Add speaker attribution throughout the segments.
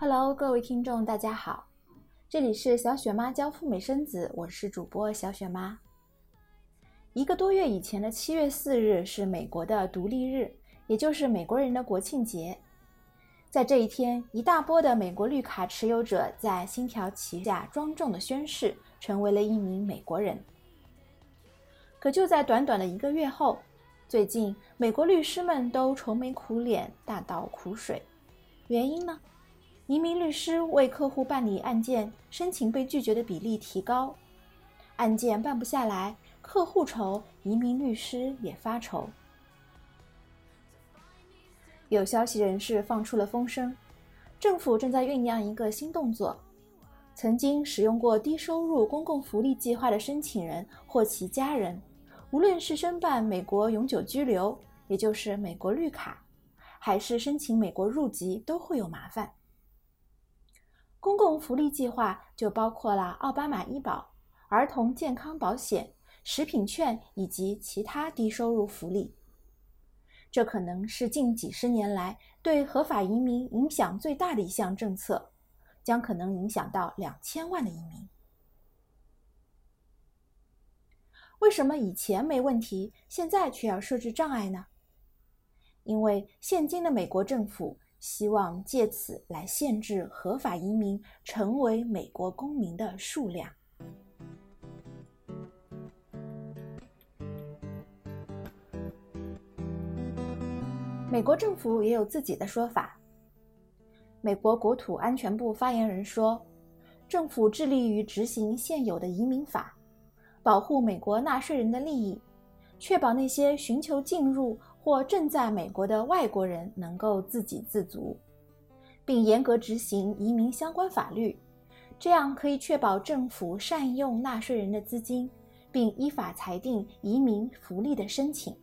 Speaker 1: Hello， 各位听众，大家好，这里是小雪妈教赴美生子，我是主播小雪妈。1个多月以前的7月4日是美国的独立日，也就是美国人的国庆节。在这一天，一大波的美国绿卡持有者在星条旗下庄重的宣誓，成为了一名美国人。可就在短短的1个月后，最近美国律师们都愁眉苦脸，大倒苦水。原因呢？移民律师为客户办理案件，申请被拒绝的比例提高，案件办不下来，客户愁，移民律师也发愁。有消息人士放出了风声，政府正在酝酿一个新动作，曾经使用过低收入公共福利计划的申请人或其家人，无论是申办美国永久居留，也就是美国绿卡，还是申请美国入籍，都会有麻烦。公共福利计划就包括了奥巴马医保、儿童健康保险、食品券以及其他低收入福利。这可能是近几十年来对合法移民影响最大的一项政策，将可能影响到2000万的移民。为什么以前没问题，现在却要设置障碍呢？因为现今的美国政府希望借此来限制合法移民成为美国公民的数量。美国政府也有自己的说法。美国国土安全部发言人说，政府致力于执行现有的移民法，保护美国纳税人的利益，确保那些寻求进入或正在美国的外国人能够自给自足，并严格执行移民相关法律，这样可以确保政府善用纳税人的资金，并依法裁定移民福利的申请。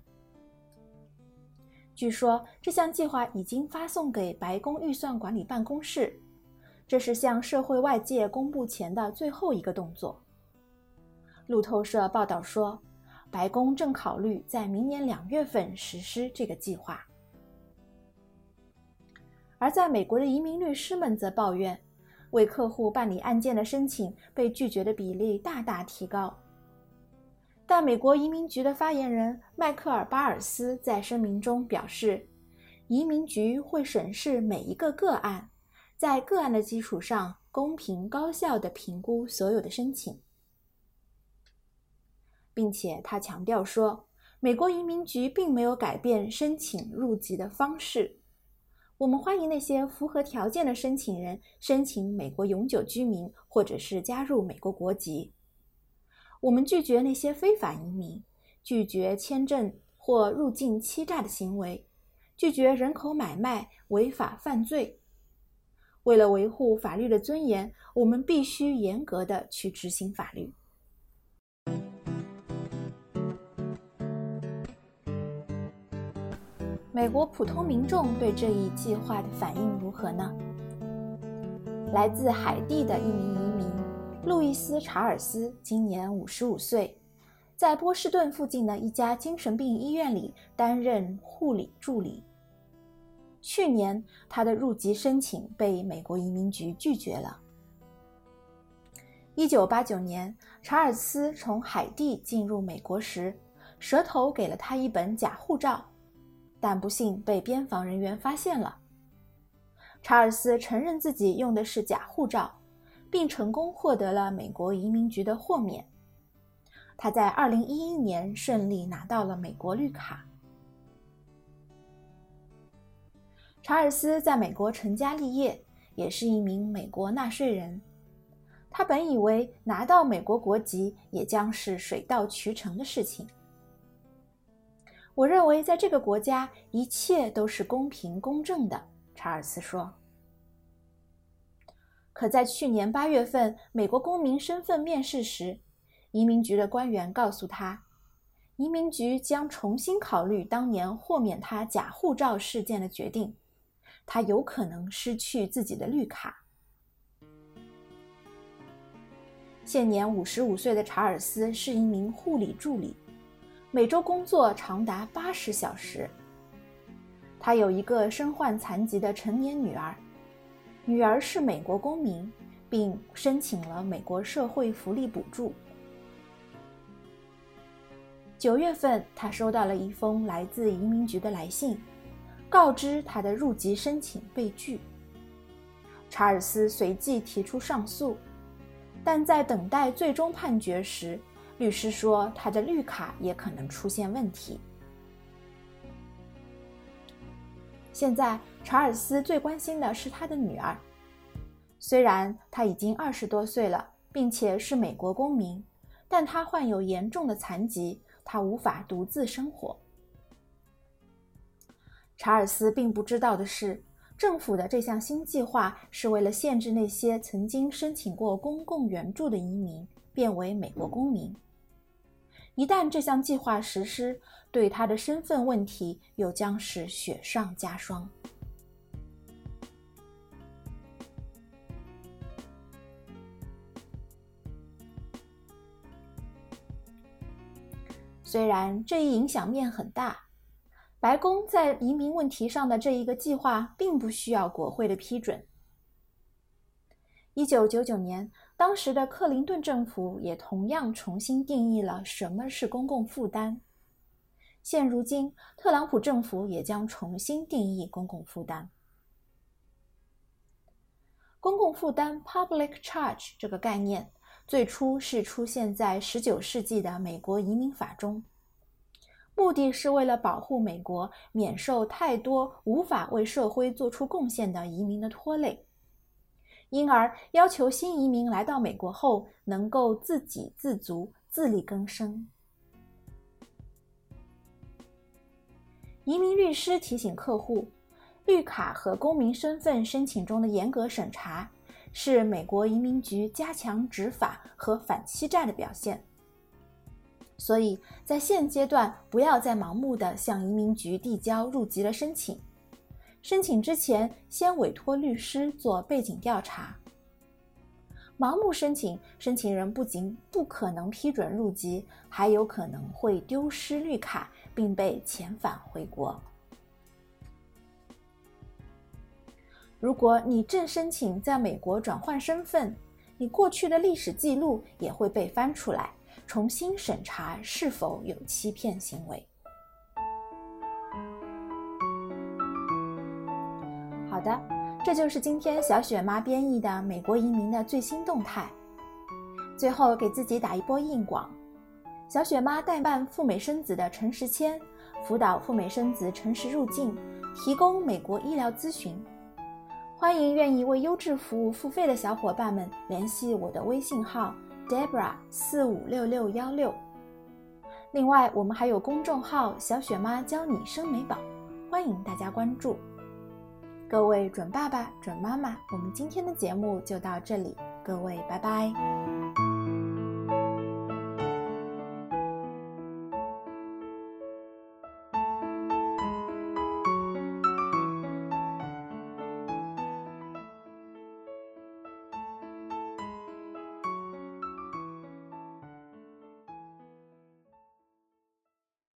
Speaker 1: 据说这项计划已经发送给白宫预算管理办公室，这是向社会外界公布前的最后一个动作。路透社报道说，白宫正考虑在明年2月份实施这个计划。而在美国的移民律师们则抱怨，为客户办理案件的申请被拒绝的比例大大提高。但美国移民局的发言人迈克尔·巴尔斯在声明中表示，移民局会审视每一个个案，在个案的基础上公平高效地评估所有的申请。并且他强调说，美国移民局并没有改变申请入籍的方式。我们欢迎那些符合条件的申请人申请美国永久居民或者是加入美国国籍。我们拒绝那些非法移民，拒绝签证或入境欺诈的行为，拒绝人口买卖、违法犯罪。为了维护法律的尊严，我们必须严格地去执行法律。美国普通民众对这一计划的反应如何呢？来自海地的一名移民路易斯·查尔斯今年55岁，在波士顿附近的一家精神病医院里担任护理助理。去年，他的入籍申请被美国移民局拒绝了。1989年，查尔斯从海地进入美国时，蛇头给了他一本假护照，但不幸被边防人员发现了。查尔斯承认自己用的是假护照，并成功获得了美国移民局的豁免。他在2011年顺利拿到了美国绿卡。查尔斯在美国成家立业，也是一名美国纳税人。他本以为拿到美国国籍也将是水到渠成的事情。我认为在这个国家一切都是公平公正的，查尔斯说。可在去年8月份美国公民身份面试时，移民局的官员告诉他，移民局将重新考虑当年豁免他假护照事件的决定，他有可能失去自己的绿卡。现年55岁的查尔斯是一名护理助理，每周工作长达80小时。他有一个身患残疾的成年女儿， 女儿是美国公民，并申请了美国社会福利补助。9月份，他收到了一封来自移民局的来信，告知他的入籍申请被拒。查尔斯随即提出上诉，但在等待最终判决时，律师说他的绿卡也可能出现问题。现在，查尔斯最关心的是他的女儿。虽然他已经20多岁了，并且是美国公民，但他患有严重的残疾，他无法独自生活。查尔斯并不知道的是，政府的这项新计划是为了限制那些曾经申请过公共援助的移民变为美国公民。一旦这项计划实施，对他的身份问题又将是雪上加霜。虽然这一影响面很大，白宫在移民问题上的这一个计划并不需要国会的批准。1999年，当时的克林顿政府也同样重新定义了什么是公共负担。现如今，特朗普政府也将重新定义公共负担。公共负担 （public charge） 这个概念最初是出现在19世纪的美国移民法中，目的是为了保护美国免受太多无法为社会做出贡献的移民的拖累，因而要求新移民来到美国后能够自给自足、自力更生。移民律师提醒客户，绿卡和公民身份申请中的严格审查是美国移民局加强执法和反欺诈的表现。所以在现阶段，不要再盲目地向移民局递交入籍的申请。申请之前，先委托律师做背景调查。盲目申请，申请人不仅不可能批准入籍，还有可能会丢失绿卡，并被遣返回国。如果你正申请在美国转换身份，你过去的历史记录也会被翻出来，重新审查是否有欺骗行为。好的，这就是今天小雪妈编译的美国移民的最新动态。最后给自己打一波硬广，小雪妈代办赴美生子的诚实签，辅导赴美生子诚实入境，提供美国医疗咨询。欢迎愿意为优质服务付费的小伙伴们联系我的微信号 Debra456616。另外，我们还有公众号小雪妈教你生美宝，欢迎大家关注。各位准爸爸、准妈妈，我们今天的节目就到这里，各位拜拜。